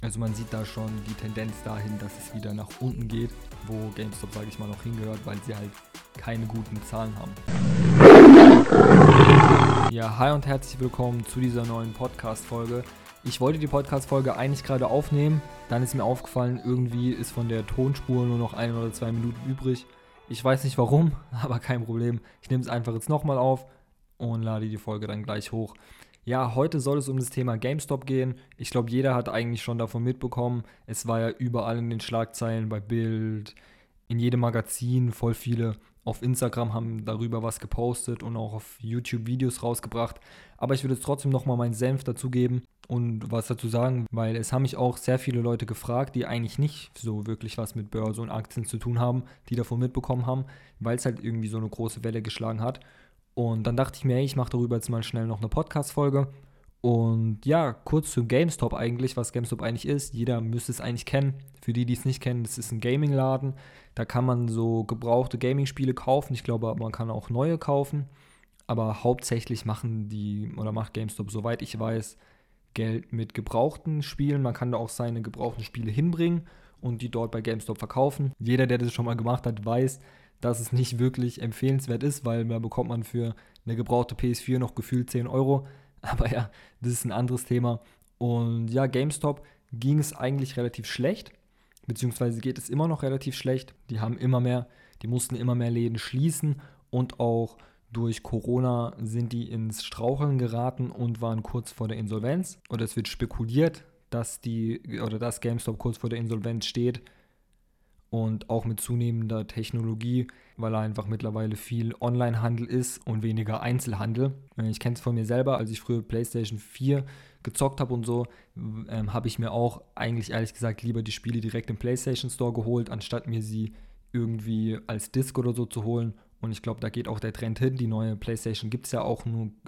Also man sieht da schon die Tendenz dahin, dass es wieder nach unten geht, wo GameStop, sage ich mal, noch hingehört, weil sie halt keine guten Zahlen haben. Ja, hi und herzlich willkommen zu dieser neuen Podcast-Folge. Ich wollte die Podcast-Folge eigentlich gerade aufnehmen, dann ist mir aufgefallen, irgendwie ist von der Tonspur nur noch 1 oder 2 Minuten übrig. Ich weiß nicht warum, aber kein Problem. Ich nehme es einfach jetzt nochmal auf und lade die Folge dann gleich hoch. Ja, heute soll es um das Thema GameStop gehen. Ich glaube, jeder hat eigentlich schon davon mitbekommen. Es war ja überall in den Schlagzeilen, bei Bild, in jedem Magazin, voll viele auf Instagram haben darüber was gepostet und auch auf YouTube Videos rausgebracht. Aber ich würde jetzt trotzdem nochmal meinen Senf dazugeben und was dazu sagen, weil es haben mich auch sehr viele Leute gefragt, die eigentlich nicht so wirklich was mit Börse und Aktien zu tun haben, die davon mitbekommen haben, weil es halt irgendwie so eine große Welle geschlagen hat. Und dann dachte ich mir, hey, ich mache darüber jetzt mal schnell noch eine Podcast-Folge. Und ja, kurz zu GameStop eigentlich, was GameStop eigentlich ist. Jeder müsste es eigentlich kennen. Für die, die es nicht kennen, das ist ein Gaming-Laden. Da kann man so gebrauchte Gaming-Spiele kaufen. Ich glaube, man kann auch neue kaufen. Aber hauptsächlich macht GameStop, soweit ich weiß, Geld mit gebrauchten Spielen. Man kann da auch seine gebrauchten Spiele hinbringen und die dort bei GameStop verkaufen. Jeder, der das schon mal gemacht hat, weiß, dass es nicht wirklich empfehlenswert ist, weil da bekommt man für eine gebrauchte PS4 noch gefühlt 10 Euro. Aber ja, das ist ein anderes Thema. Und ja, GameStop ging es eigentlich relativ schlecht, beziehungsweise geht es immer noch relativ schlecht. Die mussten immer mehr Läden schließen und auch durch Corona sind die ins Straucheln geraten und waren kurz vor der Insolvenz. Oder es wird spekuliert, dass GameStop kurz vor der Insolvenz steht. Und auch mit zunehmender Technologie, weil einfach mittlerweile viel Onlinehandel ist und weniger Einzelhandel. Ich kenne es von mir selber, als ich früher PlayStation 4 gezockt habe und so, habe ich mir auch eigentlich ehrlich gesagt lieber die Spiele direkt im PlayStation Store geholt, anstatt mir sie irgendwie als Disc oder so zu holen. Und ich glaube, da geht auch der Trend hin. Die neue PlayStation gibt es ja auch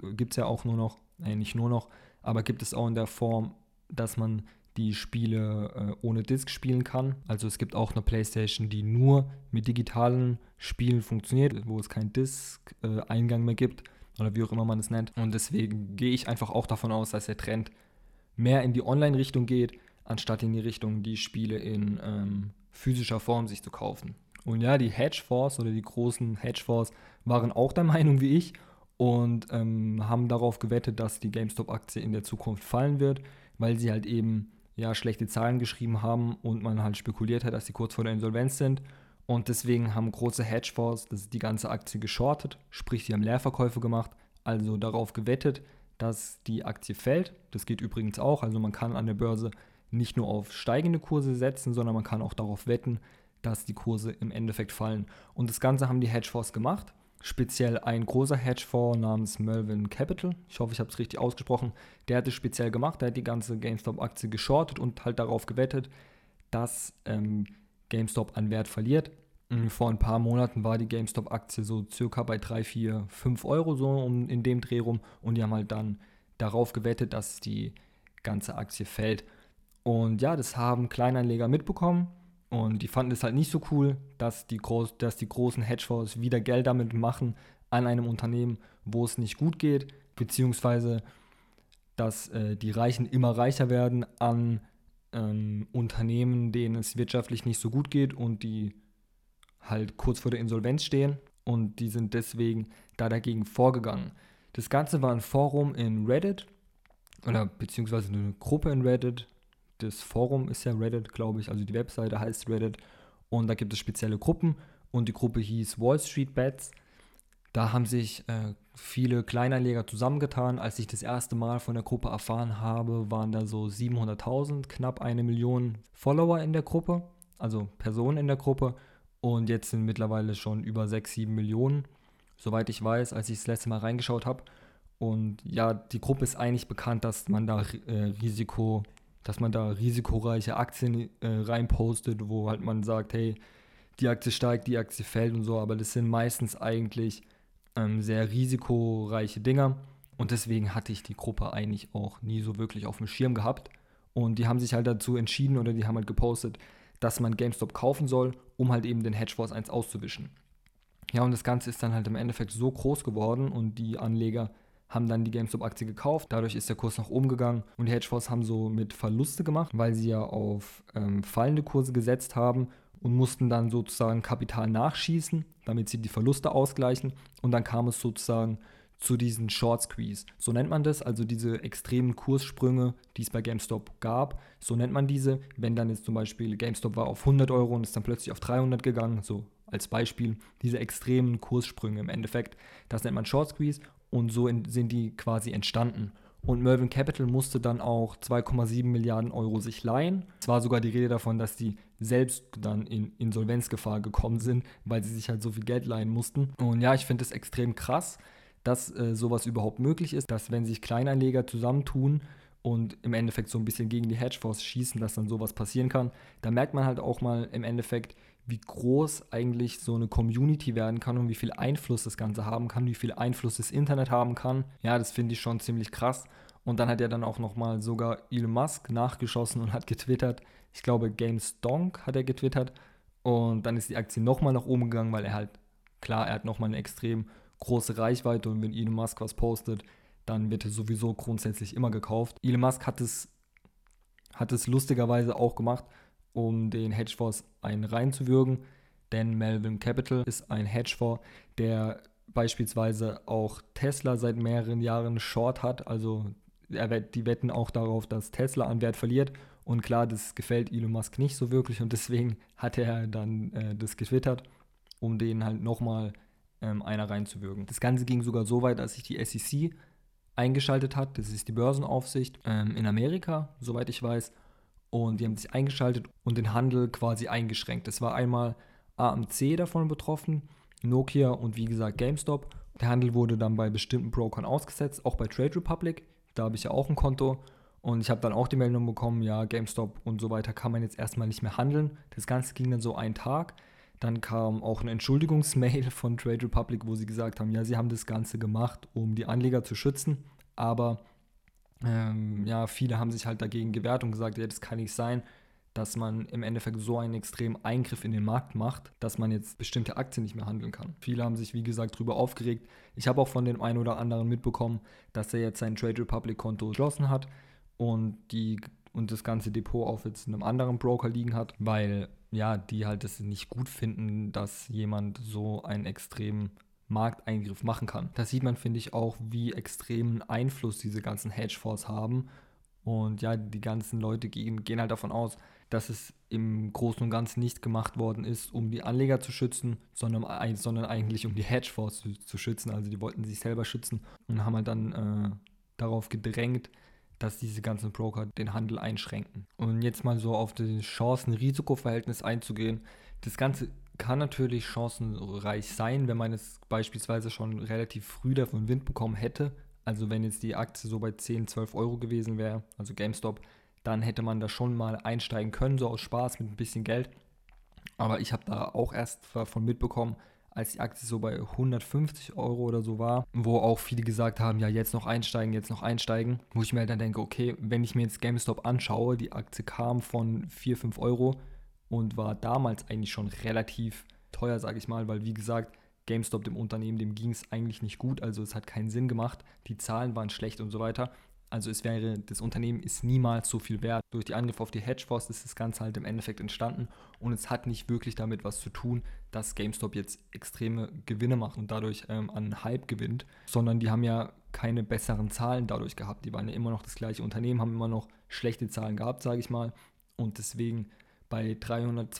nur noch, nicht nur noch, aber gibt es auch in der Form, dass man die Spiele ohne Disc spielen kann. Also es gibt auch eine PlayStation, die nur mit digitalen Spielen funktioniert, wo es keinen Disc-Eingang mehr gibt oder wie auch immer man es nennt. Und deswegen gehe ich einfach auch davon aus, dass der Trend mehr in die Online-Richtung geht, anstatt in die Richtung, die Spiele in physischer Form sich zu kaufen. Und ja, die Hedgefonds oder die großen Hedgefonds waren auch der Meinung wie ich und haben darauf gewettet, dass die GameStop-Aktie in der Zukunft fallen wird, weil sie halt eben schlechte Zahlen geschrieben haben und man halt spekuliert hat, dass sie kurz vor der Insolvenz sind. Und deswegen haben große Hedgefonds die ganze Aktie geschortet, sprich, sie haben Leerverkäufe gemacht, also darauf gewettet, dass die Aktie fällt. Das geht übrigens auch, also man kann an der Börse nicht nur auf steigende Kurse setzen, sondern man kann auch darauf wetten, dass die Kurse im Endeffekt fallen. Und das Ganze haben die Hedgefonds gemacht. Speziell ein großer Hedgefonds namens Melvin Capital, ich hoffe, ich habe es richtig ausgesprochen, der hat es speziell gemacht, der hat die ganze GameStop-Aktie geschortet und halt darauf gewettet, dass GameStop an Wert verliert. Vor ein paar Monaten war die GameStop-Aktie so circa bei 3, 4, 5 Euro so in dem Dreh rum und die haben halt dann darauf gewettet, dass die ganze Aktie fällt. Und ja, das haben Kleinanleger mitbekommen. Und die fanden es halt nicht so cool, dass die großen Hedgefonds wieder Geld damit machen an einem Unternehmen, wo es nicht gut geht, beziehungsweise dass die Reichen immer reicher werden an Unternehmen, denen es wirtschaftlich nicht so gut geht und die halt kurz vor der Insolvenz stehen. Und die sind deswegen da dagegen vorgegangen. Das Ganze war ein Forum in Reddit, oder beziehungsweise eine Gruppe in Reddit. Das Forum ist ja Reddit, glaube ich, also die Webseite heißt Reddit und da gibt es spezielle Gruppen und die Gruppe hieß Wall Street Bets. Da haben sich viele Kleinanleger zusammengetan. Als ich das erste Mal von der Gruppe erfahren habe, waren da so 700.000, knapp 1 Million Follower in der Gruppe, also Personen in der Gruppe und jetzt sind mittlerweile schon über 6, 7 Millionen, soweit ich weiß, als ich das letzte Mal reingeschaut habe. Und ja, die Gruppe ist eigentlich bekannt, dass man da risikoreiche Aktien reinpostet, wo halt man sagt, hey, die Aktie steigt, die Aktie fällt und so, aber das sind meistens eigentlich sehr risikoreiche Dinger und deswegen hatte ich die Gruppe eigentlich auch nie so wirklich auf dem Schirm gehabt und die haben sich halt dazu entschieden oder die haben halt gepostet, dass man GameStop kaufen soll, um halt eben den Hedgefonds eins auszuwischen. Ja, und das Ganze ist dann halt im Endeffekt so groß geworden und die Anleger haben dann die GameStop-Aktie gekauft. Dadurch ist der Kurs nach oben gegangen und die Hedgefonds haben so mit Verluste gemacht, weil sie ja auf fallende Kurse gesetzt haben und mussten dann sozusagen Kapital nachschießen, damit sie die Verluste ausgleichen. Und dann kam es sozusagen zu diesen Short Squeeze. So nennt man das, also diese extremen Kurssprünge, die es bei GameStop gab. So nennt man diese. Wenn dann jetzt zum Beispiel GameStop war auf 100 Euro und ist dann plötzlich auf 300 gegangen, so als Beispiel, diese extremen Kurssprünge im Endeffekt, das nennt man Short Squeeze und so sind die quasi entstanden. Und Melvin Capital musste dann auch 2,7 Milliarden Euro sich leihen. Es war sogar die Rede davon, dass die selbst dann in Insolvenzgefahr gekommen sind, weil sie sich halt so viel Geld leihen mussten. Und ja, ich finde es extrem krass, dass sowas überhaupt möglich ist, dass wenn sich Kleinanleger zusammentun und im Endeffekt so ein bisschen gegen die Hedgefonds schießen, dass dann sowas passieren kann. Da merkt man halt auch mal im Endeffekt, wie groß eigentlich so eine Community werden kann und wie viel Einfluss das Ganze haben kann, wie viel Einfluss das Internet haben kann. Ja, das finde ich schon ziemlich krass. Und dann hat ja dann auch nochmal sogar Elon Musk nachgeschossen und hat getwittert. Ich glaube, GameStonk hat er getwittert. Und dann ist die Aktie nochmal nach oben gegangen, weil er hat nochmal eine extrem große Reichweite und wenn Elon Musk was postet, dann wird er sowieso grundsätzlich immer gekauft. Elon Musk hat es lustigerweise auch gemacht, um den Hedgefonds einen reinzuwürgen, denn Melvin Capital ist ein Hedgefonds, der beispielsweise auch Tesla seit mehreren Jahren short hat, also die wetten auch darauf, dass Tesla an Wert verliert und klar, das gefällt Elon Musk nicht so wirklich und deswegen hat er dann das getwittert, um den halt nochmal einer reinzuwürgen. Das Ganze ging sogar so weit, dass sich die SEC eingeschaltet hat, das ist die Börsenaufsicht in Amerika, soweit ich weiß, und die haben sich eingeschaltet und den Handel quasi eingeschränkt. Es war einmal AMC davon betroffen, Nokia und wie gesagt GameStop. Der Handel wurde dann bei bestimmten Brokern ausgesetzt, auch bei Trade Republic, da habe ich ja auch ein Konto und ich habe dann auch die Meldung bekommen, ja, GameStop und so weiter kann man jetzt erstmal nicht mehr handeln. Das Ganze ging dann so einen Tag. Dann kam auch eine Entschuldigungsmail von Trade Republic, wo sie gesagt haben, ja, sie haben das Ganze gemacht, um die Anleger zu schützen, aber ja, viele haben sich halt dagegen gewehrt und gesagt, ja, das kann nicht sein, dass man im Endeffekt so einen extremen Eingriff in den Markt macht, dass man jetzt bestimmte Aktien nicht mehr handeln kann. Viele haben sich, wie gesagt, darüber aufgeregt. Ich habe auch von dem einen oder anderen mitbekommen, dass er jetzt sein Trade Republic Konto geschlossen hat und das ganze Depot auf jetzt einem anderen Broker liegen hat, weil ja, die halt es nicht gut finden, dass jemand so einen extremen Markteingriff machen kann. Da sieht man, finde ich, auch, wie extremen Einfluss diese ganzen Hedgefonds haben. Und ja, die ganzen Leute gehen halt davon aus, dass es im Großen und Ganzen nicht gemacht worden ist, um die Anleger zu schützen, sondern eigentlich um die Hedgefonds zu schützen. Also die wollten sich selber schützen und haben halt dann darauf gedrängt, dass diese ganzen Broker den Handel einschränken. Und jetzt mal so auf das Chancen-Risiko-Verhältnis einzugehen. Das Ganze kann natürlich chancenreich sein, wenn man es beispielsweise schon relativ früh davon Wind bekommen hätte. Also wenn jetzt die Aktie so bei 10, 12 Euro gewesen wäre, also GameStop, dann hätte man da schon mal einsteigen können, so aus Spaß mit ein bisschen Geld. Aber ich habe da auch erst davon mitbekommen, als die Aktie so bei 150 Euro oder so war, wo auch viele gesagt haben, ja, jetzt noch einsteigen, wo ich mir halt dann denke, okay, wenn ich mir jetzt GameStop anschaue, die Aktie kam von 4, 5 Euro und war damals eigentlich schon relativ teuer, sage ich mal, weil wie gesagt, GameStop, dem Unternehmen, dem ging es eigentlich nicht gut, also es hat keinen Sinn gemacht, die Zahlen waren schlecht und so weiter. Also das Unternehmen ist niemals so viel wert. Durch die Angriffe auf die Hedgefonds ist das Ganze halt im Endeffekt entstanden und es hat nicht wirklich damit was zu tun, dass GameStop jetzt extreme Gewinne macht und dadurch an Hype gewinnt, sondern die haben ja keine besseren Zahlen dadurch gehabt. Die waren ja immer noch das gleiche Unternehmen, haben immer noch schlechte Zahlen gehabt, sage ich mal. Und deswegen bei 200,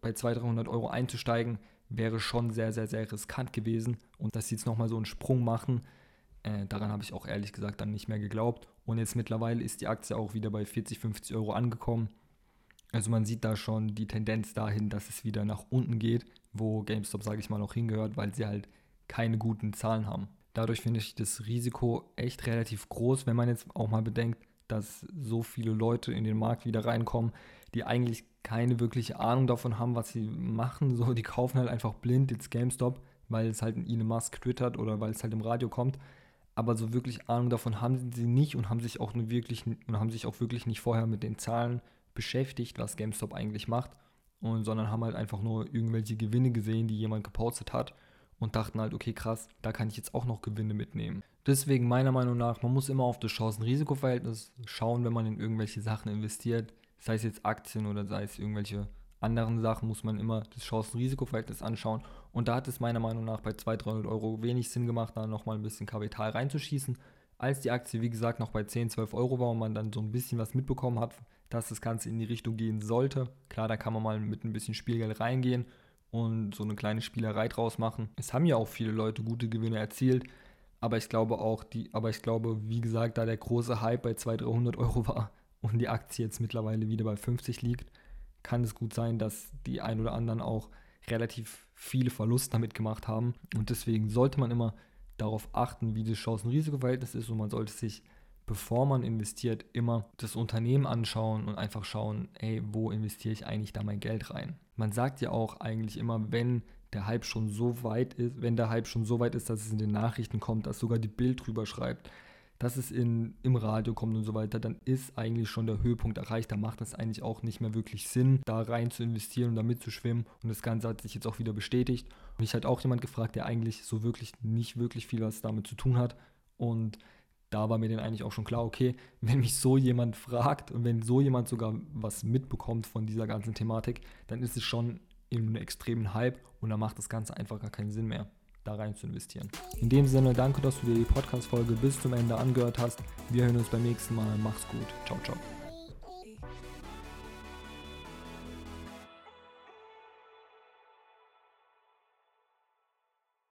300 Euro einzusteigen, wäre schon sehr, sehr, sehr riskant gewesen. Und dass sie jetzt nochmal so einen Sprung machen, daran habe ich auch ehrlich gesagt dann nicht mehr geglaubt. Und jetzt mittlerweile ist die Aktie auch wieder bei 40, 50 Euro angekommen. Also man sieht da schon die Tendenz dahin, dass es wieder nach unten geht, wo GameStop, sage ich mal, auch hingehört, weil sie halt keine guten Zahlen haben. Dadurch finde ich das Risiko echt relativ groß, wenn man jetzt auch mal bedenkt, dass so viele Leute in den Markt wieder reinkommen, die eigentlich keine wirkliche Ahnung davon haben, was sie machen. So, die kaufen halt einfach blind jetzt GameStop, weil es halt ein Elon Musk twittert oder weil es halt im Radio kommt. Aber so wirklich Ahnung davon haben sie nicht und haben sich auch wirklich nicht vorher mit den Zahlen beschäftigt, was GameStop eigentlich macht, sondern haben halt einfach nur irgendwelche Gewinne gesehen, die jemand gepostet hat und dachten halt, okay, krass, da kann ich jetzt auch noch Gewinne mitnehmen. Deswegen meiner Meinung nach, man muss immer auf das Chancen-Risiko-Verhältnis schauen, wenn man in irgendwelche Sachen investiert, sei es jetzt Aktien oder sei es irgendwelche anderen Sachen, muss man immer das Chancen-Risiko-Verhältnis anschauen. Und da hat es meiner Meinung nach bei 200-300 Euro wenig Sinn gemacht, da nochmal ein bisschen Kapital reinzuschießen. Als die Aktie, wie gesagt, noch bei 10, 12 Euro war und man dann so ein bisschen was mitbekommen hat, dass das Ganze in die Richtung gehen sollte. Klar, da kann man mal mit ein bisschen Spielgeld reingehen und so eine kleine Spielerei draus machen. Es haben ja auch viele Leute gute Gewinne erzielt, aber ich glaube, wie gesagt, da der große Hype bei 200, 300 Euro war und die Aktie jetzt mittlerweile wieder bei 50 liegt, kann es gut sein, dass die ein oder anderen auch relativ viele Verluste damit gemacht haben. Und deswegen sollte man immer darauf achten, wie das Chancen-Risiko-Verhältnis ist, und man sollte sich, bevor man investiert, immer das Unternehmen anschauen und einfach schauen, ey, wo investiere ich eigentlich da mein Geld rein? Man sagt ja auch eigentlich immer, wenn der Hype schon so weit ist, dass es in den Nachrichten kommt, dass sogar die Bild drüber schreibt, dass es im Radio kommt und so weiter, dann ist eigentlich schon der Höhepunkt erreicht. Da macht es eigentlich auch nicht mehr wirklich Sinn, da rein zu investieren und da mitzuschwimmen. Und das Ganze hat sich jetzt auch wieder bestätigt. Und mich hat auch jemand gefragt, der eigentlich so wirklich nicht wirklich viel was damit zu tun hat. Und da war mir dann eigentlich auch schon klar, okay, wenn mich so jemand fragt und wenn so jemand sogar was mitbekommt von dieser ganzen Thematik, dann ist es schon in einem extremen Hype und da macht das Ganze einfach gar keinen Sinn mehr, da rein zu investieren. In dem Sinne, danke, dass du dir die Podcast-Folge bis zum Ende angehört hast. Wir hören uns beim nächsten Mal. Mach's gut. Ciao, ciao.